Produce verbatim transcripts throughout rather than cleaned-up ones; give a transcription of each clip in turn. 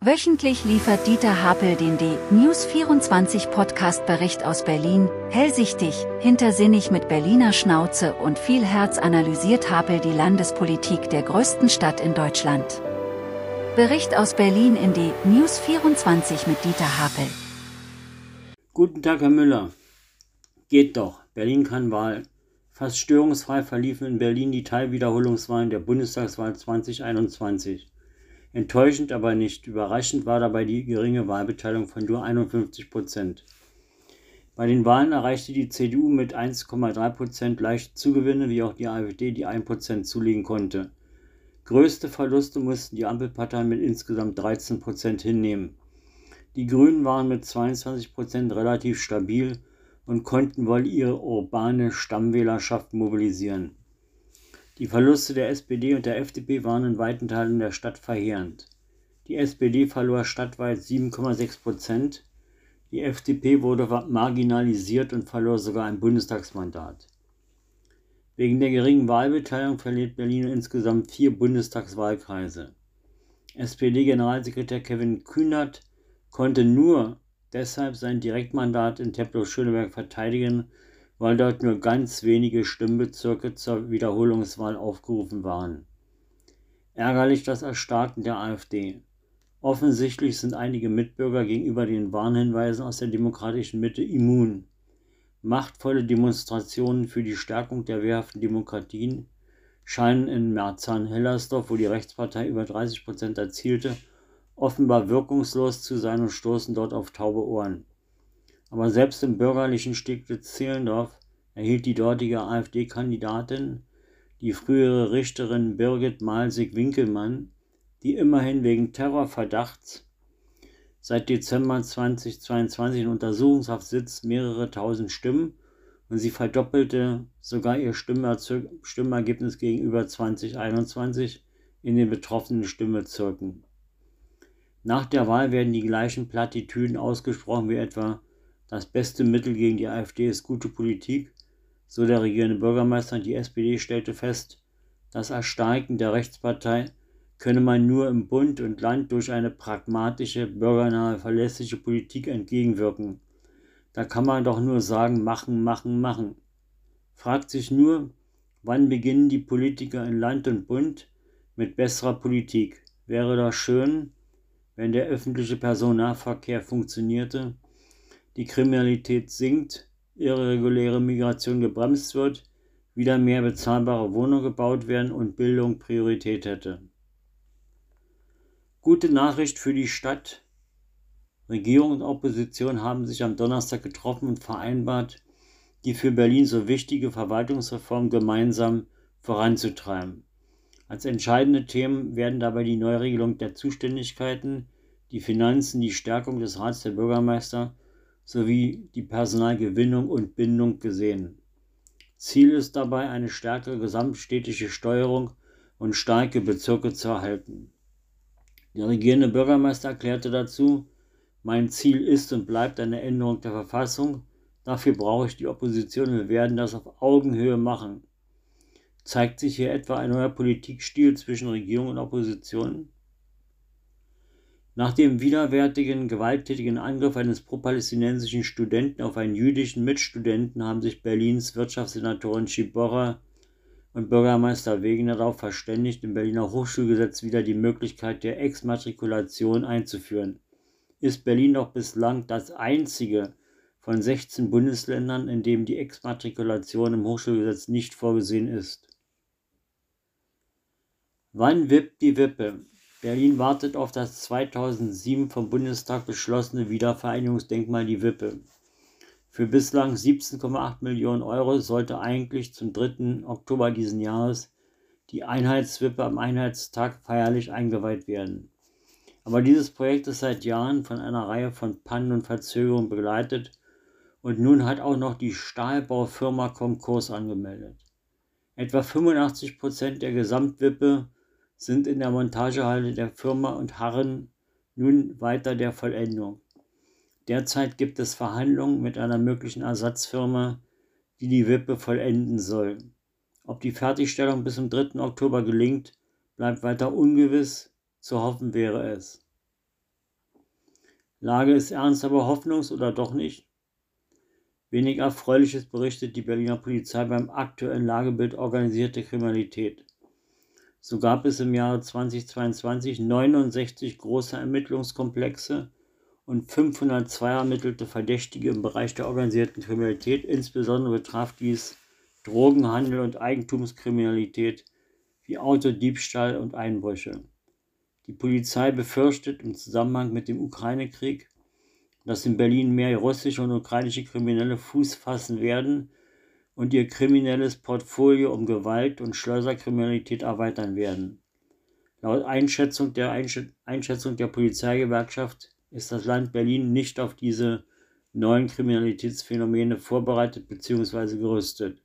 Wöchentlich liefert Dieter Hapel den D News vierundzwanzig Podcast-Bericht aus Berlin. Hellsichtig, hintersinnig mit Berliner Schnauze und viel Herz analysiert Hapel die Landespolitik der größten Stadt in Deutschland. Bericht aus Berlin in D News vierundzwanzig mit Dieter Hapel. Guten Tag, Herr Müller. Geht doch. Berlin kann Wahl. Fast störungsfrei verliefen in Berlin die Teilwiederholungswahlen der Bundestagswahl zwanzig einundzwanzig. Enttäuschend, aber nicht überraschend war dabei die geringe Wahlbeteiligung von nur einundfünfzig Prozent. Bei den Wahlen erreichte die C D U mit eins Komma drei Prozent leichte Zugewinne, wie auch die AfD, die ein Prozent zulegen konnte. Größte Verluste mussten die Ampelparteien mit insgesamt dreizehn Prozent hinnehmen. Die Grünen waren mit zweiundzwanzig Prozent relativ stabil und konnten wohl ihre urbane Stammwählerschaft mobilisieren. Die Verluste der S P D und der F D P waren in weiten Teilen der Stadt verheerend. Die S P D verlor stadtweit sieben Komma sechs Prozent, die F D P wurde marginalisiert und verlor sogar ein Bundestagsmandat. Wegen der geringen Wahlbeteiligung verliert Berlin insgesamt vier Bundestagswahlkreise. S P D-Generalsekretär Kevin Kühnert konnte nur deshalb sein Direktmandat in Tempelhof-Schöneberg verteidigen, weil dort nur ganz wenige Stimmbezirke zur Wiederholungswahl aufgerufen waren. Ärgerlich das Erstarken der AfD. Offensichtlich sind einige Mitbürger gegenüber den Warnhinweisen aus der demokratischen Mitte immun. Machtvolle Demonstrationen für die Stärkung der wehrhaften Demokratien scheinen in Marzahn-Hellersdorf, wo die Rechtspartei über dreißig Prozent erzielte, offenbar wirkungslos zu sein und stoßen dort auf taube Ohren. Aber selbst im bürgerlichen Steglitz-Zehlendorf erhielt die dortige AfD-Kandidatin, die frühere Richterin Birgit Malsig-Winkelmann, die immerhin wegen Terrorverdachts seit Dezember zweitausendzweiundzwanzig in Untersuchungshaft sitzt, mehrere tausend Stimmen und sie verdoppelte sogar ihr Stimmergebnis gegenüber zwanzig einundzwanzig in den betroffenen Stimmbezirken. Nach der Wahl werden die gleichen Plattitüden ausgesprochen wie etwa: Das beste Mittel gegen die AfD ist gute Politik, so der regierende Bürgermeister, und die S P D stellte fest, das Erstarken der Rechtspartei könne man nur im Bund und Land durch eine pragmatische, bürgernahe, verlässliche Politik entgegenwirken. Da kann man doch nur sagen, machen, machen, machen. Fragt sich nur, wann beginnen die Politiker in Land und Bund mit besserer Politik? Wäre doch schön, wenn der öffentliche Personennahverkehr funktionierte, die Kriminalität sinkt, irreguläre Migration gebremst wird, wieder mehr bezahlbare Wohnungen gebaut werden und Bildung Priorität hätte. Gute Nachricht für die Stadt. Regierung und Opposition haben sich am Donnerstag getroffen und vereinbart, die für Berlin so wichtige Verwaltungsreform gemeinsam voranzutreiben. Als entscheidende Themen werden dabei die Neuregelung der Zuständigkeiten, die Finanzen, die Stärkung des Rats der Bürgermeister sowie die Personalgewinnung und Bindung gesehen. Ziel ist dabei, eine stärkere gesamtstädtische Steuerung und starke Bezirke zu erhalten. Der regierende Bürgermeister erklärte dazu: Mein Ziel ist und bleibt eine Änderung der Verfassung. Dafür brauche ich die Opposition und wir werden das auf Augenhöhe machen. Zeigt sich hier etwa ein neuer Politikstil zwischen Regierung und Opposition? Nach dem widerwärtigen, gewalttätigen Angriff eines pro-palästinensischen Studenten auf einen jüdischen Mitstudenten haben sich Berlins Wirtschaftssenatorin Schiborra und Bürgermeister Wegener darauf verständigt, im Berliner Hochschulgesetz wieder die Möglichkeit der Exmatrikulation einzuführen. Ist Berlin doch bislang das einzige von sechzehn Bundesländern, in dem die Exmatrikulation im Hochschulgesetz nicht vorgesehen ist. Wann wippt die Wippe? Berlin wartet auf das zweitausendsieben vom Bundestag beschlossene Wiedervereinigungsdenkmal die Wippe. Für bislang siebzehn Komma acht Millionen Euro sollte eigentlich zum dritten Oktober diesen Jahres die Einheitswippe am Einheitstag feierlich eingeweiht werden. Aber dieses Projekt ist seit Jahren von einer Reihe von Pannen und Verzögerungen begleitet und nun hat auch noch die Stahlbaufirma Konkurs angemeldet. Etwa fünfundachtzig Prozent der Gesamtwippe sind in der Montagehalle der Firma und harren nun weiter der Vollendung. Derzeit gibt es Verhandlungen mit einer möglichen Ersatzfirma, die die Wippe vollenden soll. Ob die Fertigstellung bis zum dritten Oktober gelingt, bleibt weiter ungewiss, zu hoffen wäre es. Lage ist ernst, aber hoffnungs- oder doch nicht? Wenig Erfreuliches berichtet die Berliner Polizei beim aktuellen Lagebild organisierte Kriminalität. So gab es im Jahre zweitausendzweiundzwanzig neunundsechzig große Ermittlungskomplexe und fünfhundertzwei ermittelte Verdächtige im Bereich der organisierten Kriminalität. Insbesondere betraf dies Drogenhandel und Eigentumskriminalität wie Autodiebstahl und Einbrüche. Die Polizei befürchtet im Zusammenhang mit dem Ukraine-Krieg, dass in Berlin mehr russische und ukrainische Kriminelle Fuß fassen werden und ihr kriminelles Portfolio um Gewalt und Schleuserkriminalität erweitern werden. Laut Einschätzung der, Einschätzung der Polizeigewerkschaft ist das Land Berlin nicht auf diese neuen Kriminalitätsphänomene vorbereitet bzw. gerüstet.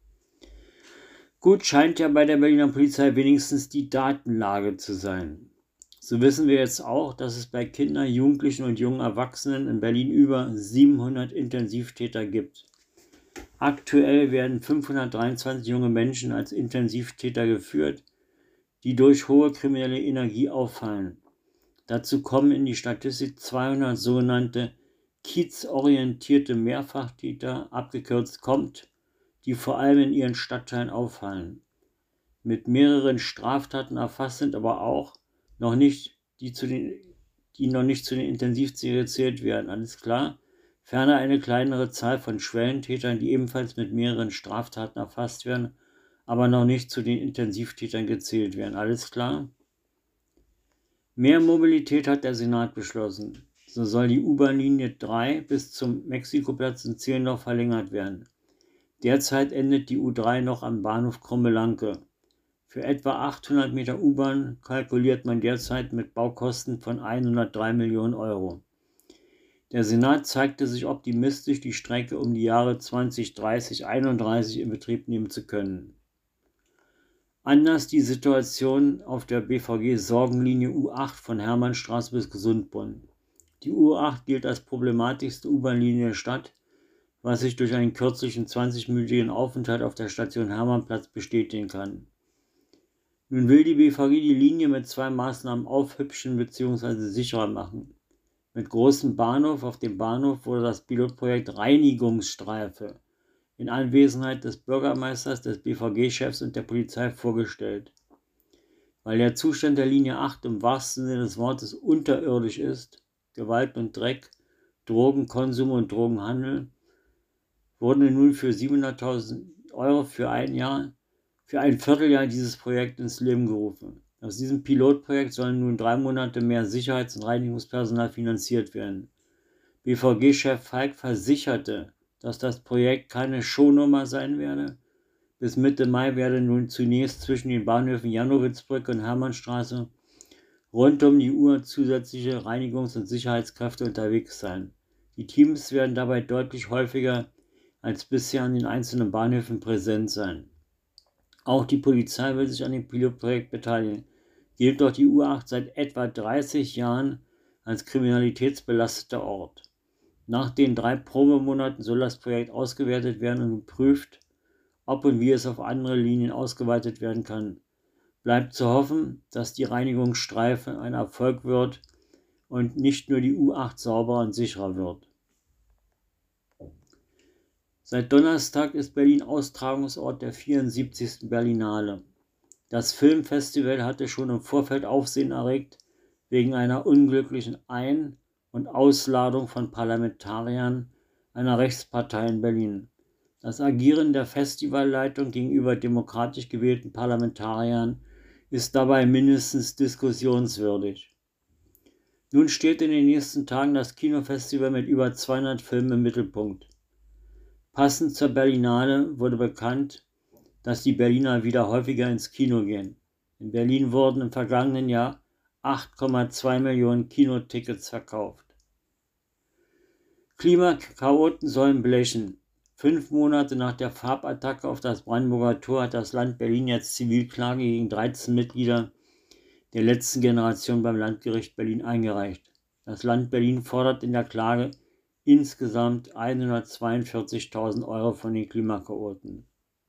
Gut scheint ja bei der Berliner Polizei wenigstens die Datenlage zu sein. So wissen wir jetzt auch, dass es bei Kindern, Jugendlichen und jungen Erwachsenen in Berlin über siebenhundert Intensivtäter gibt. Aktuell werden fünfhundertdreiundzwanzig junge Menschen als Intensivtäter geführt, die durch hohe kriminelle Energie auffallen. Dazu kommen in die Statistik zweihundert sogenannte kiezorientierte Mehrfachtäter, abgekürzt kommt, die vor allem in ihren Stadtteilen auffallen. Mit mehreren Straftaten erfasst sind aber auch noch nicht, die, zu den, die noch nicht zu den Intensivtätern gezählt werden, alles klar. Ferner eine kleinere Zahl von Schwellentätern, die ebenfalls mit mehreren Straftaten erfasst werden, aber noch nicht zu den Intensivtätern gezählt werden, alles klar. Mehr Mobilität hat der Senat beschlossen. So soll die U-Bahn-Linie drei bis zum Mexikoplatz in Zehlendorf verlängert werden. Derzeit endet die U drei noch am Bahnhof Krummelanke. Für etwa achthundert Meter U-Bahn kalkuliert man derzeit mit Baukosten von hundertdrei Millionen Euro. Der Senat zeigte sich optimistisch, die Strecke um die Jahre zweitausenddreißig einunddreißig in Betrieb nehmen zu können. Anders die Situation auf der B V G-Sorgenlinie U acht von Hermannstraße bis Gesundbrunnen. Die U acht gilt als problematischste U-Bahn-Linie der Stadt, was sich durch einen kürzlichen zwanzigminütigen Aufenthalt auf der Station Hermannplatz bestätigen kann. Nun will die B V G die Linie mit zwei Maßnahmen aufhübschen bzw. sicherer machen. Mit großem Bahnhof auf dem Bahnhof wurde das Pilotprojekt Reinigungsstreife in Anwesenheit des Bürgermeisters, des B V G-Chefs und der Polizei vorgestellt. Weil der Zustand der Linie acht im wahrsten Sinne des Wortes unterirdisch ist, Gewalt und Dreck, Drogenkonsum und Drogenhandel, wurden nun für siebenhunderttausend Euro für ein Jahr, für ein Vierteljahr dieses Projekt ins Leben gerufen. Aus diesem Pilotprojekt sollen nun drei Monate mehr Sicherheits- und Reinigungspersonal finanziert werden. B V G-Chef Falk versicherte, dass das Projekt keine Shownummer sein werde. Bis Mitte Mai werde nun zunächst zwischen den Bahnhöfen Janowitzbrücke und Hermannstraße rund um die Uhr zusätzliche Reinigungs- und Sicherheitskräfte unterwegs sein. Die Teams werden dabei deutlich häufiger als bisher an den einzelnen Bahnhöfen präsent sein. Auch die Polizei will sich an dem Pilotprojekt beteiligen. Gilt doch die U acht seit etwa dreißig Jahren als kriminalitätsbelasteter Ort. Nach den drei Probemonaten soll das Projekt ausgewertet werden und geprüft, ob und wie es auf andere Linien ausgeweitet werden kann. Bleibt zu hoffen, dass die Reinigungsstreife ein Erfolg wird und nicht nur die U acht sauberer und sicherer wird. Seit Donnerstag ist Berlin Austragungsort der vierundsiebzigsten Berlinale. Das Filmfestival hatte schon im Vorfeld Aufsehen erregt wegen einer unglücklichen Ein- und Ausladung von Parlamentariern einer Rechtspartei in Berlin. Das Agieren der Festivalleitung gegenüber demokratisch gewählten Parlamentariern ist dabei mindestens diskussionswürdig. Nun steht in den nächsten Tagen das Kinofestival mit über zweihundert Filmen im Mittelpunkt. Passend zur Berlinale wurde bekannt, dass die Berliner wieder häufiger ins Kino gehen. In Berlin wurden im vergangenen Jahr acht Komma zwei Millionen Kinotickets verkauft. Klimakaoten sollen blechen. Fünf Monate nach der Farbattacke auf das Brandenburger Tor hat das Land Berlin jetzt Zivilklage gegen dreizehn Mitglieder der letzten Generation beim Landgericht Berlin eingereicht. Das Land Berlin fordert in der Klage insgesamt hundertzweiundvierzigtausend Euro von den Klimakaoten.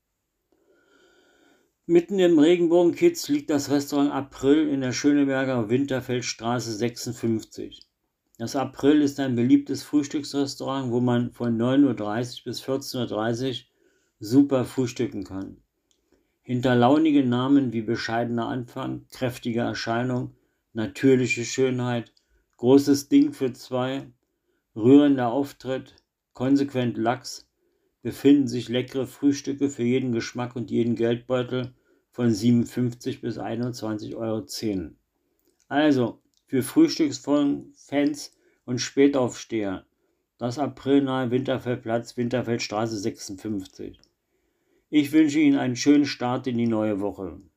Mitten im Regenbogenkiez liegt das Restaurant April in der Schöneberger Winterfeldstraße sechsundfünfzig. Das April ist ein beliebtes Frühstücksrestaurant, wo man von neun Uhr dreißig bis vierzehn Uhr dreißig super frühstücken kann. Hinter launigen Namen wie bescheidener Anfang, kräftige Erscheinung, natürliche Schönheit, großes Ding für zwei, rührender Auftritt, konsequent Lachs, befinden sich leckere Frühstücke für jeden Geschmack und jeden Geldbeutel von siebenundfünfzig bis einundzwanzig Euro zehn. Also, für Frühstücksfans und Spätaufsteher, das aprilnahe Winterfeldplatz, Winterfeldstraße sechsundfünfzig. Ich wünsche Ihnen einen schönen Start in die neue Woche.